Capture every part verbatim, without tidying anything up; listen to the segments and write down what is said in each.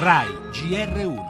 Rai G R uno.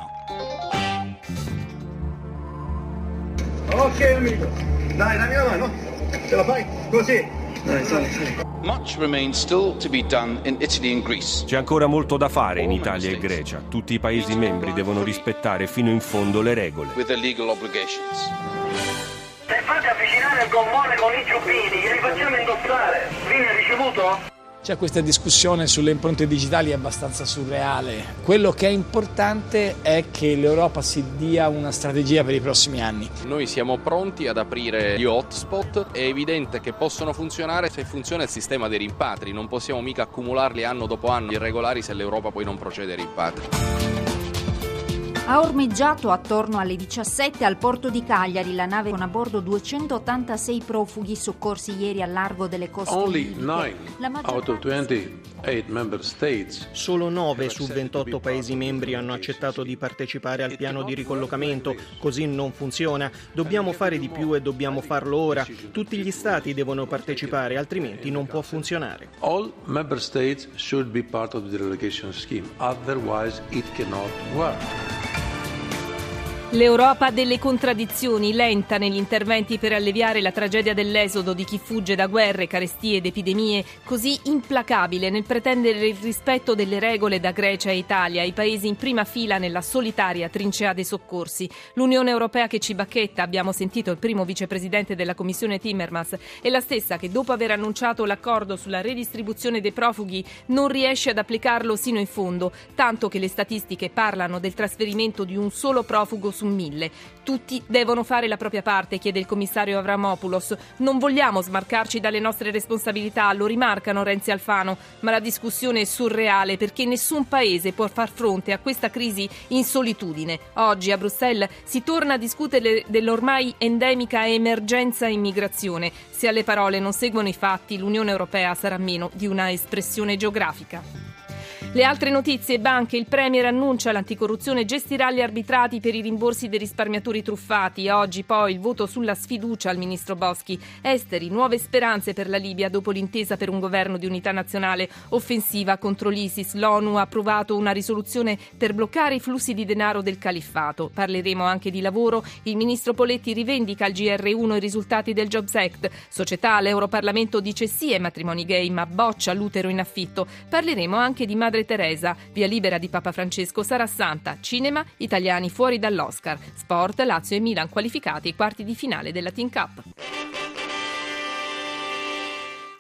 Ok amico, dai, dammi la mano, ce la fai? Così. Dai, sali, sali. Much remains still to be done in Italy and Greece. C'è ancora molto da fare in Italia e Grecia. Tutti i Paesi membri devono rispettare fino in fondo le regole. With their legal obligations. Se fate avvicinare il gommone con i giubbini, glieli facciamo indossare. Viene ricevuto? C'è questa discussione sulle impronte digitali è abbastanza surreale. Quello che è importante è che l'Europa si dia una strategia per i prossimi anni. Noi siamo pronti ad aprire gli hotspot, è evidente che possono funzionare se funziona il sistema dei rimpatri, non possiamo mica accumularli anno dopo anno irregolari se l'Europa poi non procede ai rimpatri. Ha ormeggiato attorno alle diciassette al porto di Cagliari la nave con a bordo duecentottantasei profughi soccorsi ieri al largo delle coste Only libiche. nine La maggior out of parte- twenty-eight member states. Solo nove su ventotto Paesi membri hanno accettato di partecipare al piano di ricollocamento. Così non funziona. Dobbiamo fare di più e dobbiamo farlo ora. Tutti gli Stati devono partecipare, altrimenti non può funzionare. All member states should be part of the relocation scheme, otherwise it cannot work. L'Europa delle contraddizioni, lenta negli interventi per alleviare la tragedia dell'esodo di chi fugge da guerre, carestie ed epidemie, così implacabile nel pretendere il rispetto delle regole da Grecia e Italia, i paesi in prima fila nella solitaria trincea dei soccorsi. L'Unione Europea che ci bacchetta, abbiamo sentito il primo vicepresidente della Commissione Timmermans, è la stessa che dopo aver annunciato l'accordo sulla redistribuzione dei profughi non riesce ad applicarlo sino in fondo, tanto che le statistiche parlano del trasferimento di un solo profugo su mille. Tutti devono fare la propria parte, chiede il commissario Avramopoulos. Non vogliamo smarcarci dalle nostre responsabilità, lo rimarcano Renzi e Alfano, ma la discussione è surreale perché nessun paese può far fronte a questa crisi in solitudine. Oggi a Bruxelles si torna a discutere dell'ormai endemica emergenza immigrazione. Se alle parole non seguono i fatti, l'Unione Europea sarà meno di una espressione geografica. Le altre notizie: banche, il Premier annuncia l'anticorruzione, gestirà gli arbitrati per i rimborsi dei risparmiatori truffati. Oggi poi il voto sulla sfiducia al ministro Boschi. Esteri, nuove speranze per la Libia dopo l'intesa per un governo di unità nazionale offensiva contro l'ISIS. L'ONU ha approvato una risoluzione per bloccare i flussi di denaro del califfato. Parleremo anche di lavoro. Il ministro Poletti rivendica al G R uno i risultati del Jobs Act. Società, l'Europarlamento dice sì ai matrimoni gay ma boccia l'utero in affitto. Parleremo anche di Madre Teresa, via libera di Papa Francesco sarà santa. Cinema, italiani fuori dall'Oscar. Sport, Lazio e Milan qualificati ai quarti di finale della Teen Cup.